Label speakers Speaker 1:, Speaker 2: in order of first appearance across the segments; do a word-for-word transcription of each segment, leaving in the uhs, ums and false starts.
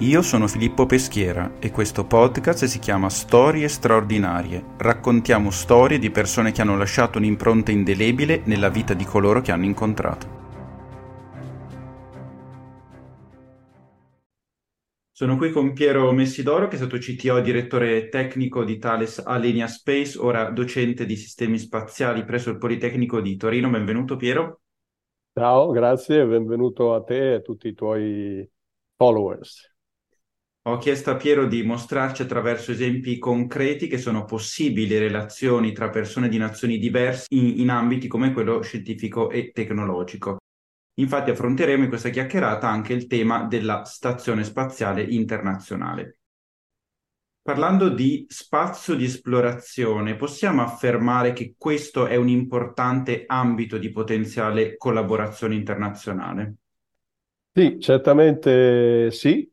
Speaker 1: Io sono Filippo Peschiera e questo podcast si chiama Storie straordinarie. Raccontiamo storie di persone che hanno lasciato un'impronta indelebile nella vita di coloro che hanno incontrato. Sono qui con Piero Messidoro, che è stato C T O e direttore tecnico di Thales Alenia Space, ora docente di sistemi spaziali presso il Politecnico di Torino. Benvenuto Piero.
Speaker 2: Ciao, grazie e benvenuto a te e a tutti i tuoi followers.
Speaker 1: Ho chiesto a Piero di mostrarci attraverso esempi concreti che sono possibili relazioni tra persone di nazioni diverse in, in ambiti come quello scientifico e tecnologico. Infatti affronteremo in questa chiacchierata anche il tema della Stazione Spaziale Internazionale. Parlando di spazio di esplorazione, possiamo affermare che questo è un importante ambito di potenziale collaborazione internazionale?
Speaker 2: Sì, certamente sì.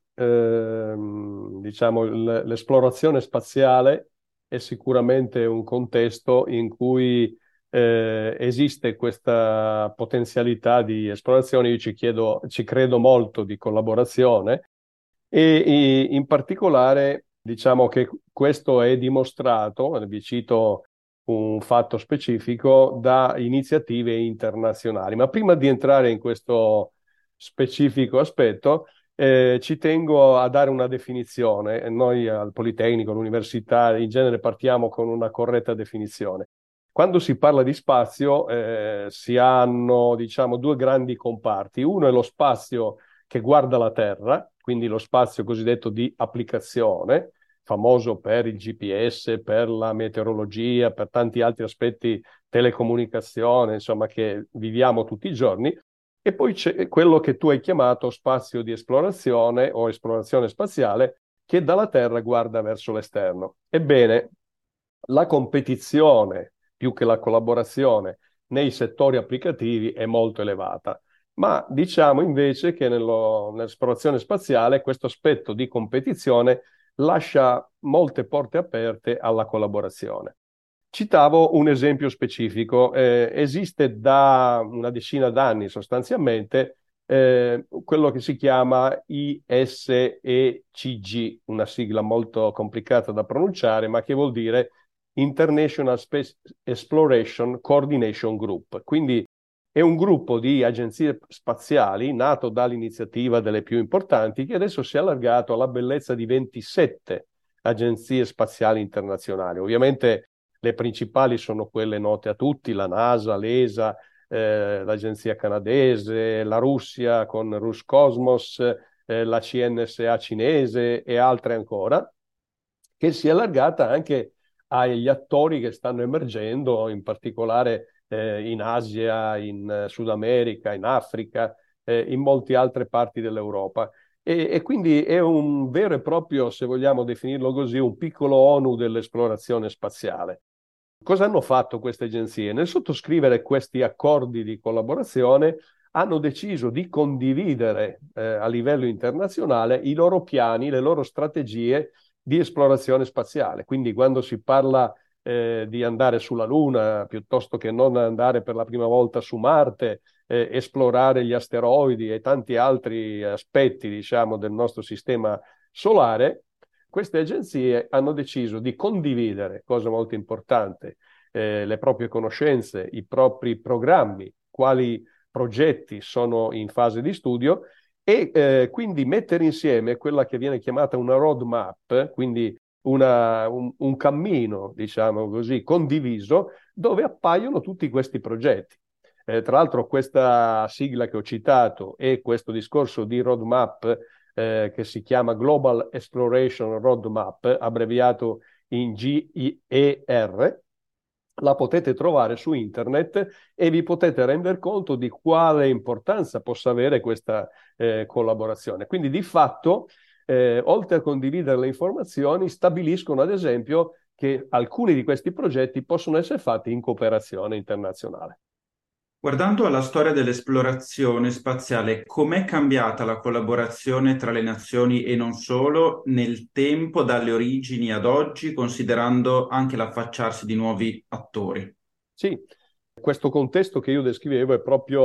Speaker 2: Ehm, diciamo, l- l'esplorazione spaziale è sicuramente un contesto in cui eh, esiste questa potenzialità di esplorazione. Io ci chiedo, ci credo molto di collaborazione e i- in particolare diciamo che questo è dimostrato, vi cito un fatto specifico, da iniziative internazionali. Ma prima di entrare in questo specifico aspetto, eh, ci tengo a dare una definizione. Noi al Politecnico, all'università, in genere partiamo con una corretta definizione. Quando si parla di spazio, eh, si hanno, diciamo, due grandi comparti. Uno è lo spazio che guarda la Terra, quindi lo spazio cosiddetto di applicazione, famoso per il G P S, per la meteorologia, per tanti altri aspetti, telecomunicazione, insomma, che viviamo tutti i giorni. E poi c'è quello che tu hai chiamato spazio di esplorazione o esplorazione spaziale, che dalla Terra guarda verso l'esterno. Ebbene, la competizione più che la collaborazione nei settori applicativi è molto elevata. Ma diciamo invece che nello- nell'esplorazione spaziale questo aspetto di competizione lascia molte porte aperte alla collaborazione. Citavo un esempio specifico. Eh, esiste da una decina d'anni sostanzialmente eh, quello che si chiama I S E C G, una sigla molto complicata da pronunciare, ma che vuol dire International Space Exploration Coordination Group. Quindi è un gruppo di agenzie spaziali nato dall'iniziativa delle più importanti che adesso si è allargato alla bellezza di ventisette agenzie spaziali internazionali. Ovviamente le principali sono quelle note a tutti, la NASA, l'E S A, eh, l'agenzia canadese, la Russia con Ruscosmos, eh, la C N S A cinese e altre ancora, che si è allargata anche agli attori che stanno emergendo, in particolare eh, in Asia, in eh, Sud America, in Africa, eh, in molte altre parti dell'Europa. E, e quindi è un vero e proprio, se vogliamo definirlo così, un piccolo ONU dell'esplorazione spaziale. Cosa hanno fatto queste agenzie? Nel sottoscrivere questi accordi di collaborazione hanno deciso di condividere eh, a livello internazionale i loro piani, le loro strategie di esplorazione spaziale. Quindi quando si parla eh, di andare sulla Luna, piuttosto che non andare per la prima volta su Marte, eh, esplorare gli asteroidi e tanti altri aspetti, diciamo, del nostro sistema solare, queste agenzie hanno deciso di condividere, cosa molto importante, eh, le proprie conoscenze, i propri programmi, quali progetti sono in fase di studio e eh, quindi mettere insieme quella che viene chiamata una roadmap, quindi una, un, un cammino, diciamo così, condiviso, dove appaiono tutti questi progetti. Eh, tra l'altro questa sigla che ho citato e questo discorso di roadmap eh, che si chiama Global Exploration Roadmap, abbreviato in G I E R, la potete trovare su internet e vi potete rendere conto di quale importanza possa avere questa eh, collaborazione. Quindi di fatto, eh, oltre a condividere le informazioni, stabiliscono ad esempio che alcuni di questi progetti possono essere fatti in cooperazione internazionale.
Speaker 1: Guardando alla storia dell'esplorazione spaziale, com'è cambiata la collaborazione tra le nazioni e non solo nel tempo, dalle origini ad oggi, considerando anche l'affacciarsi di nuovi attori?
Speaker 2: Sì, questo contesto che io descrivevo è proprio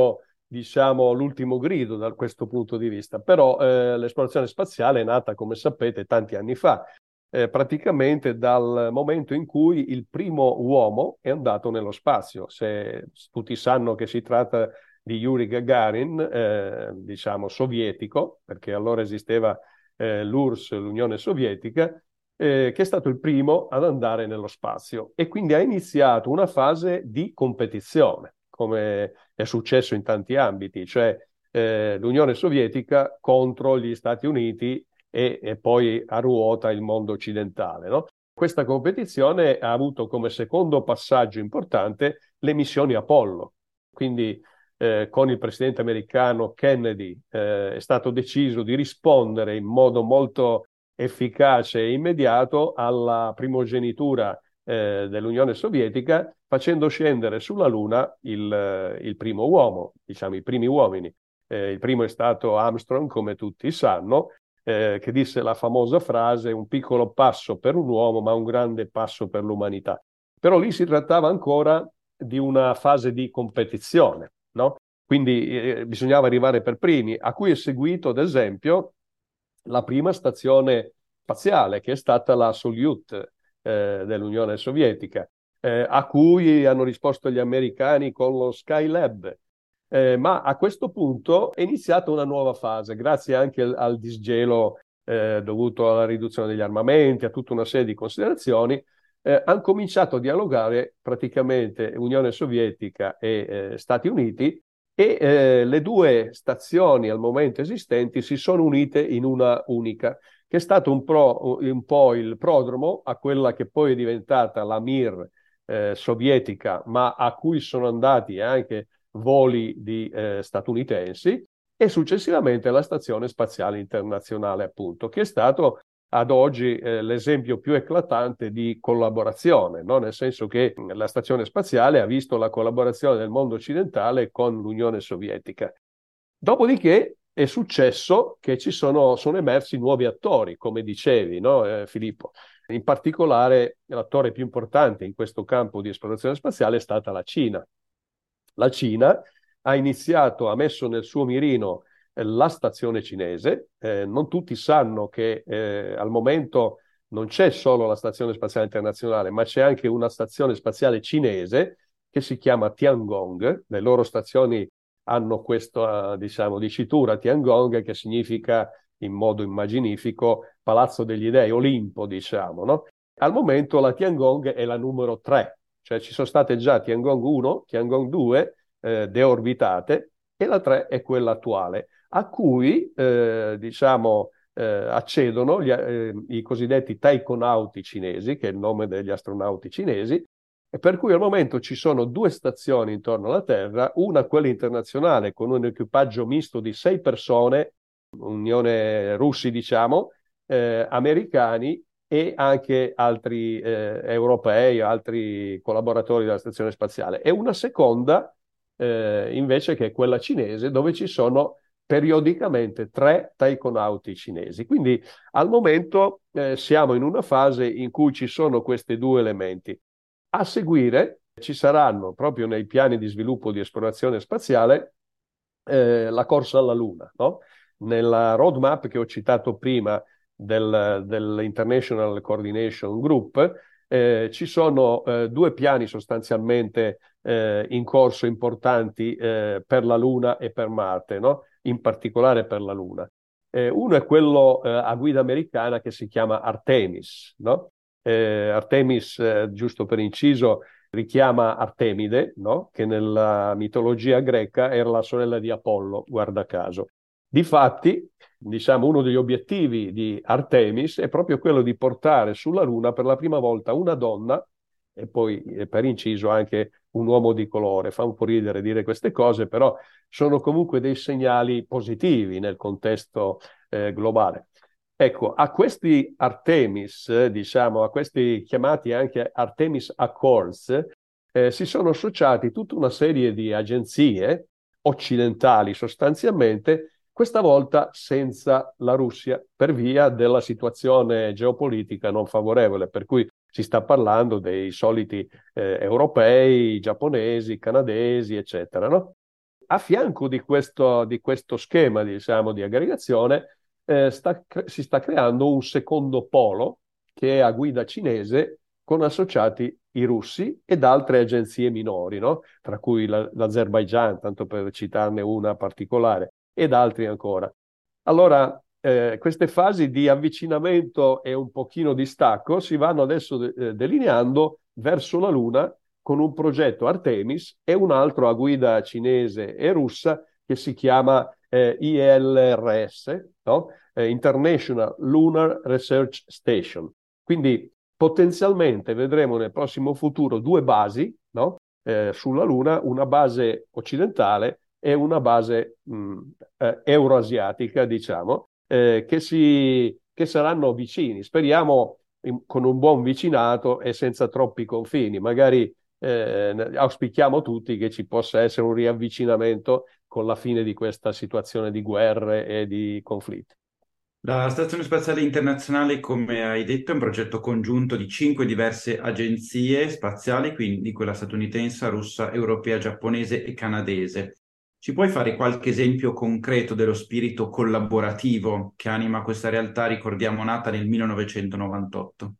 Speaker 2: diciamo, l'ultimo grido da questo punto di vista. Però eh, l'esplorazione spaziale è nata, come sapete, tanti anni fa, eh, praticamente dal momento in cui il primo uomo è andato nello spazio. Se tutti sanno che si tratta di Yuri Gagarin, eh, diciamo sovietico, perché allora esisteva eh, l'U R S S, l'Unione Sovietica, eh, che è stato il primo ad andare nello spazio e quindi ha iniziato una fase di competizione, come è successo in tanti ambiti, cioè eh, l'Unione Sovietica contro gli Stati Uniti e, e poi a ruota il mondo occidentale, no? Questa competizione ha avuto come secondo passaggio importante le missioni Apollo. Quindi eh, con il presidente americano Kennedy eh, è stato deciso di rispondere in modo molto efficace e immediato alla primogenitura eh, dell'Unione Sovietica, facendo scendere sulla Luna il, il primo uomo, diciamo i primi uomini. Eh, il primo è stato Armstrong, come tutti sanno, eh, che disse la famosa frase: un piccolo passo per un uomo, ma un grande passo per l'umanità. Però lì si trattava ancora di una fase di competizione, no? Quindi eh, bisognava arrivare per primi, a cui è seguito, ad esempio, la prima stazione spaziale, che è stata la Soyuz eh, dell'Unione Sovietica, eh, a cui hanno risposto gli americani con lo Skylab. Eh, ma a questo punto è iniziata una nuova fase, grazie anche al, al disgelo eh, dovuto alla riduzione degli armamenti, a tutta una serie di considerazioni. Eh, hanno cominciato a dialogare praticamente Unione Sovietica e eh, Stati Uniti, e eh, le due stazioni al momento esistenti si sono unite in una unica, che è stato un, pro, un po' il prodromo a quella che poi è diventata la Mir eh, sovietica, ma a cui sono andati anche voli di eh, statunitensi, e successivamente la Stazione Spaziale Internazionale, appunto, che è stato ad oggi eh, l'esempio più eclatante di collaborazione, no? Nel senso che la stazione spaziale ha visto la collaborazione del mondo occidentale con l'Unione Sovietica. Dopodiché è successo che ci sono, sono emersi nuovi attori, come dicevi, no, eh, Filippo? In particolare l'attore più importante in questo campo di esplorazione spaziale è stata la Cina. La Cina ha iniziato, ha messo nel suo mirino la stazione cinese. Eh, non tutti sanno che eh, al momento non c'è solo la Stazione Spaziale Internazionale, ma c'è anche una stazione spaziale cinese che si chiama Tiangong. Le loro stazioni hanno questa, diciamo, dicitura Tiangong, che significa in modo immaginifico Palazzo degli Dei, Olimpo, diciamo, no? Al momento la Tiangong è la numero tre, cioè ci sono state già Tiangong uno, Tiangong due eh, deorbitate, e la tre è quella attuale, a cui eh, diciamo eh, accedono gli, eh, i cosiddetti taikonauti cinesi, che è il nome degli astronauti cinesi, e per cui al momento ci sono due stazioni intorno alla Terra, una quella internazionale con un equipaggio misto di sei persone, Unione russi diciamo, eh, americani e anche altri eh, europei, altri collaboratori della stazione spaziale, e una seconda eh, invece che è quella cinese, dove ci sono periodicamente tre taikonauti cinesi. Quindi al momento eh, siamo in una fase in cui ci sono questi due elementi. A seguire ci saranno, proprio nei piani di sviluppo di esplorazione spaziale, eh, la corsa alla Luna, no? Nella roadmap che ho citato prima del, dell'International Coordination Group eh, ci sono eh, due piani sostanzialmente eh, in corso importanti eh, per la Luna e per Marte, no? In particolare per la Luna. Eh, uno è quello eh, a guida americana, che si chiama Artemis, no? Eh, Artemis, eh, giusto per inciso, richiama Artemide, no? Che nella mitologia greca era la sorella di Apollo, guarda caso. Difatti, diciamo, uno degli obiettivi di Artemis è proprio quello di portare sulla Luna per la prima volta una donna, e poi eh, per inciso anche un uomo di colore. Fa un po' ridere dire queste cose, però sono comunque dei segnali positivi nel contesto eh, globale. Ecco, a questi Artemis, eh, diciamo, a questi chiamati anche Artemis Accords, eh, si sono associati tutta una serie di agenzie occidentali sostanzialmente, questa volta senza la Russia, per via della situazione geopolitica non favorevole, per cui si sta parlando dei soliti eh, europei, giapponesi, canadesi, eccetera, no? a fianco di questo, di questo schema, diciamo, di aggregazione, eh, sta, si sta creando un secondo polo che è a guida cinese con associati i russi ed altre agenzie minori, no? Tra cui la, l'Azerbaigian, tanto per citarne una particolare, ed altri ancora. Allora, eh, queste fasi di avvicinamento e un pochino di stacco si vanno adesso de- eh, delineando verso la Luna con un progetto Artemis e un altro a guida cinese e russa che si chiama eh, I L R S, no? eh, International Lunar Research Station. Quindi potenzialmente vedremo nel prossimo futuro due basi, no? eh, sulla Luna, una base occidentale e una base mh, eh, euroasiatica, diciamo, eh, che, si, che saranno vicini. Speriamo in, con un buon vicinato e senza troppi confini. Magari eh, auspichiamo tutti che ci possa essere un riavvicinamento con la fine di questa situazione di guerre e di conflitti.
Speaker 1: La Stazione Spaziale Internazionale, come hai detto, è un progetto congiunto di cinque diverse agenzie spaziali, quindi quella statunitense, russa, europea, giapponese e canadese. Ci puoi fare qualche esempio concreto dello spirito collaborativo che anima questa realtà, ricordiamo, nata nel millenovecentonovantotto?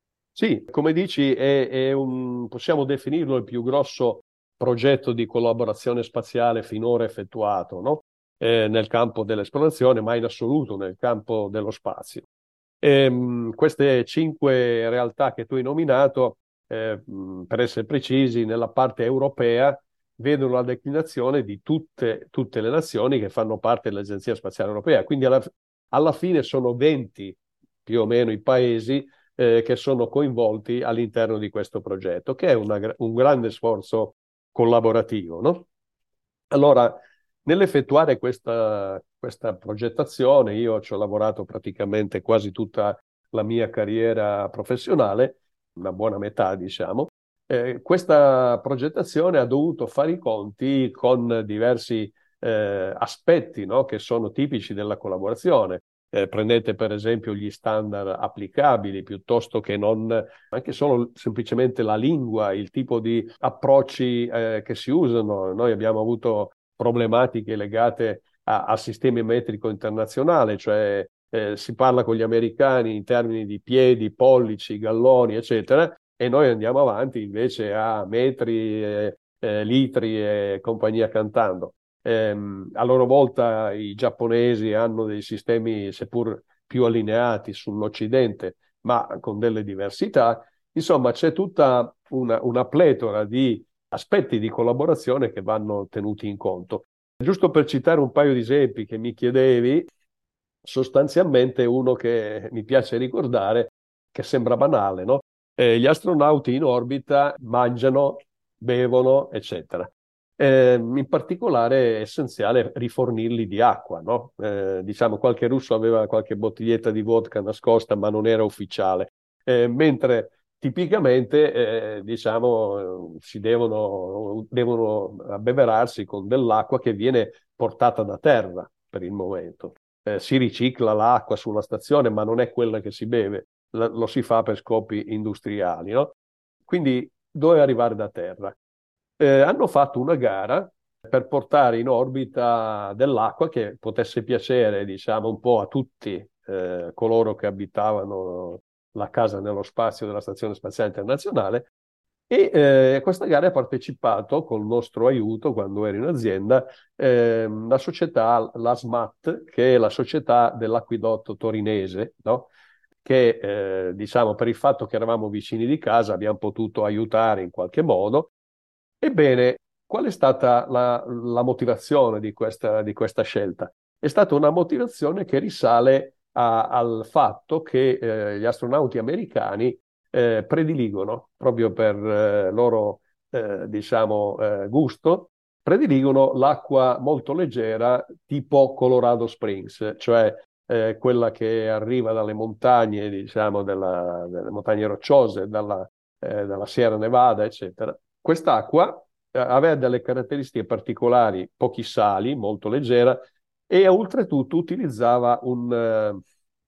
Speaker 2: Sì, come dici, è, è un, possiamo definirlo il più grosso progetto di collaborazione spaziale finora effettuato, no? Eh, nel campo dell'esplorazione, ma in assoluto nel campo dello spazio. E, mh, queste cinque realtà che tu hai nominato, eh, mh, per essere precisi, nella parte europea vedono la declinazione di tutte, tutte le nazioni che fanno parte dell'Agenzia Spaziale Europea. Quindi alla, alla fine sono venti più o meno i paesi eh, che sono coinvolti all'interno di questo progetto, che è una, un grande sforzo collaborativo, no? Allora, nell'effettuare questa, questa progettazione, io ci ho lavorato praticamente quasi tutta la mia carriera professionale, una buona metà, diciamo. Eh, questa progettazione ha dovuto fare i conti con diversi eh, aspetti, no, che sono tipici della collaborazione. Eh, prendete per esempio gli standard applicabili piuttosto che non anche solo semplicemente la lingua, il tipo di approcci eh, che si usano. Noi abbiamo avuto problematiche legate a, al sistema metrico internazionale, cioè eh, si parla con gli americani in termini di piedi, pollici, galloni, eccetera, e noi andiamo avanti invece a metri, eh, eh, litri e compagnia cantando. Ehm, a loro volta i giapponesi hanno dei sistemi seppur più allineati sull'Occidente, ma con delle diversità. Insomma, c'è tutta una, una pletora di aspetti di collaborazione che vanno tenuti in conto. Giusto per citare un paio di esempi che mi chiedevi, sostanzialmente uno che mi piace ricordare, che sembra banale, no? Eh, gli astronauti in orbita mangiano, bevono, eccetera. Eh, in particolare è essenziale rifornirli di acqua, no? Eh, diciamo, qualche russo aveva qualche bottiglietta di vodka nascosta, ma non era ufficiale. Eh, mentre tipicamente, eh, diciamo, si devono, devono abbeverarsi con dell'acqua che viene portata da terra per il momento. Eh, si ricicla l'acqua sulla stazione, ma non è quella che si beve, L- lo si fa per scopi industriali, no? Quindi dove arrivare da terra? Eh, hanno fatto una gara per portare in orbita dell'acqua che potesse piacere, diciamo, un po' a tutti eh, coloro che abitavano la casa nello spazio della Stazione Spaziale Internazionale. E eh, a questa gara ha partecipato con il nostro aiuto quando ero in azienda eh, la società, la S M A T, che è la società dell'acquedotto torinese, no? Che eh, diciamo per il fatto che eravamo vicini di casa abbiamo potuto aiutare in qualche modo. Ebbene, qual è stata la, la motivazione di questa, di questa scelta? È stata una motivazione che risale a- al fatto che eh, gli astronauti americani eh, prediligono, proprio per eh, loro eh, diciamo, eh, gusto, prediligono l'acqua molto leggera tipo Colorado Springs, cioè eh, quella che arriva dalle montagne, diciamo, della- delle montagne rocciose, dalla, eh, dalla Sierra Nevada, eccetera. Quest'acqua eh, aveva delle caratteristiche particolari, pochi sali, molto leggera, e oltretutto utilizzava un, eh,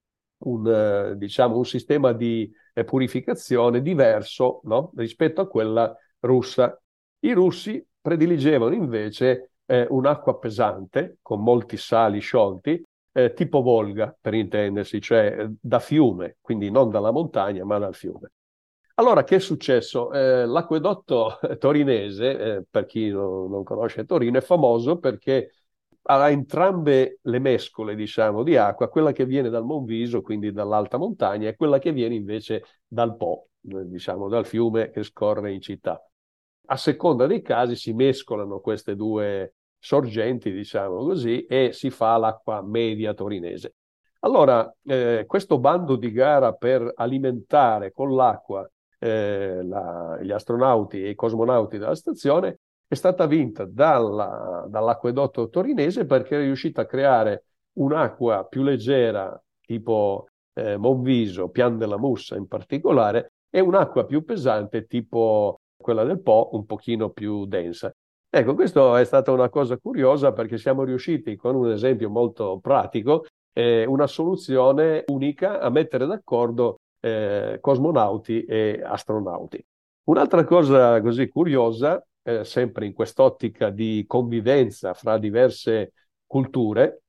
Speaker 2: un, eh, diciamo, un sistema di eh, purificazione diverso, no? Rispetto a quella russa. I russi prediligevano invece eh, un'acqua pesante con molti sali sciolti, eh, tipo Volga per intendersi, cioè eh, da fiume, quindi non dalla montagna ma dal fiume. Allora, che è successo? Eh, l'acquedotto torinese, eh, per chi non, non conosce Torino, è famoso perché ha entrambe le mescole, diciamo, di acqua, quella che viene dal Monviso, quindi dall'alta montagna, e quella che viene invece dal Po, eh, diciamo, dal fiume che scorre in città. A seconda dei casi si mescolano queste due sorgenti, diciamo così, e si fa l'acqua media torinese. Allora, eh, questo bando di gara per alimentare con l'acqua eh, la, gli astronauti e i cosmonauti della stazione è stata vinta dalla, dall'acquedotto torinese perché è riuscita a creare un'acqua più leggera, tipo eh, Monviso, Pian della Mussa in particolare, e un'acqua più pesante, tipo quella del Po, un pochino più densa. Ecco, questo è stata una cosa curiosa perché siamo riusciti, con un esempio molto pratico, eh, una soluzione unica a mettere d'accordo eh, cosmonauti e astronauti. Un'altra cosa così curiosa, eh, sempre in quest'ottica di convivenza fra diverse culture,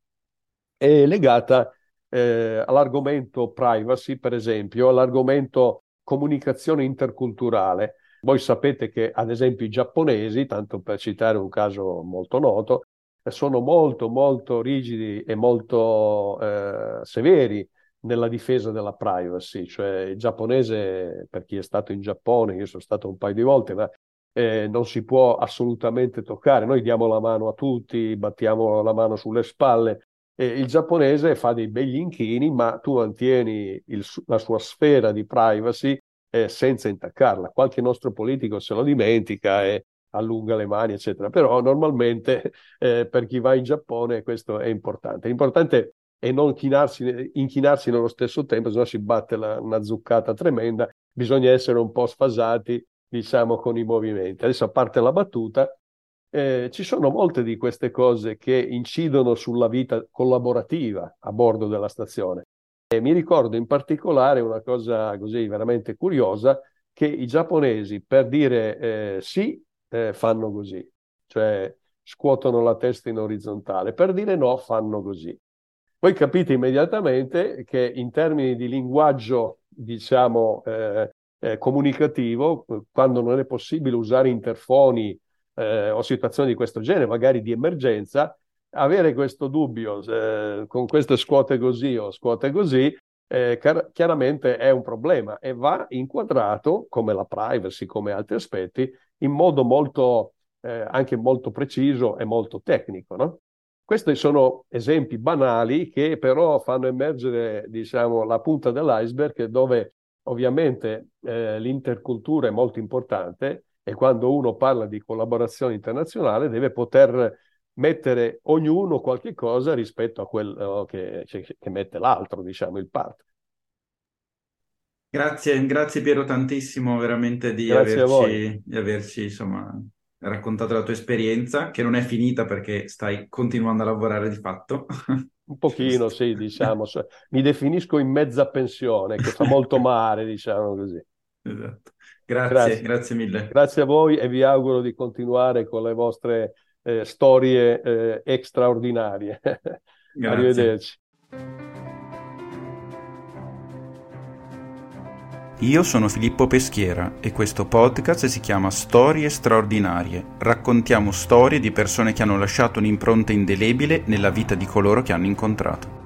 Speaker 2: è legata eh, all'argomento privacy, per esempio, all'argomento comunicazione interculturale. Voi sapete che, ad esempio, i giapponesi, tanto per citare un caso molto noto, sono molto, molto rigidi e molto eh, severi nella difesa della privacy. Cioè, il giapponese, per chi è stato in Giappone, io sono stato un paio di volte, ma eh, non si può assolutamente toccare. Noi diamo la mano a tutti, battiamo la mano sulle spalle. E il giapponese fa dei begli inchini, ma tu mantieni il, la sua sfera di privacy eh, senza intaccarla. Qualche nostro politico se lo dimentica e allunga le mani, eccetera. Però normalmente eh, per chi va in Giappone questo è importante. L'importante è non chinarsi, inchinarsi nello stesso tempo, se no si batte la, una zuccata tremenda. Bisogna essere un po' sfasati, diciamo, con i movimenti. Adesso, a parte la battuta, eh, ci sono molte di queste cose che incidono sulla vita collaborativa a bordo della stazione. E mi ricordo in particolare una cosa così veramente curiosa, che i giapponesi per dire eh, sì eh, fanno così, cioè scuotono la testa in orizzontale, per dire no fanno così. Voi capite immediatamente che in termini di linguaggio, diciamo, eh, eh, comunicativo, quando non è possibile usare interfoni eh, o situazioni di questo genere, magari di emergenza, avere questo dubbio eh, con queste scuote così o scuote così, eh, car- chiaramente è un problema e va inquadrato, come la privacy, come altri aspetti, in modo molto, eh, anche molto preciso e molto tecnico, no? Questi sono esempi banali che però fanno emergere, diciamo, la punta dell'iceberg, dove ovviamente eh, l'intercultura è molto importante e quando uno parla di collaborazione internazionale deve poter mettere ognuno qualche cosa rispetto a quello che, che mette l'altro, diciamo, il partner.
Speaker 1: Grazie, grazie Piero tantissimo veramente di
Speaker 2: Grazie a voi.
Speaker 1: averci, di averci insomma, raccontato la tua esperienza, che non è finita perché stai continuando a lavorare di fatto.
Speaker 2: Un pochino,
Speaker 1: Giusto.
Speaker 2: sì, diciamo. Mi definisco in mezza pensione, che fa molto male, diciamo così.
Speaker 1: Esatto. Grazie,
Speaker 2: Grazie.
Speaker 1: grazie mille.
Speaker 2: Grazie a voi e vi auguro di continuare con le vostre eh, storie eh, straordinarie.
Speaker 1: Grazie.
Speaker 2: Arrivederci.
Speaker 1: Io sono Filippo Peschiera e questo podcast si chiama Storie straordinarie. Raccontiamo storie di persone che hanno lasciato un'impronta indelebile nella vita di coloro che hanno incontrato.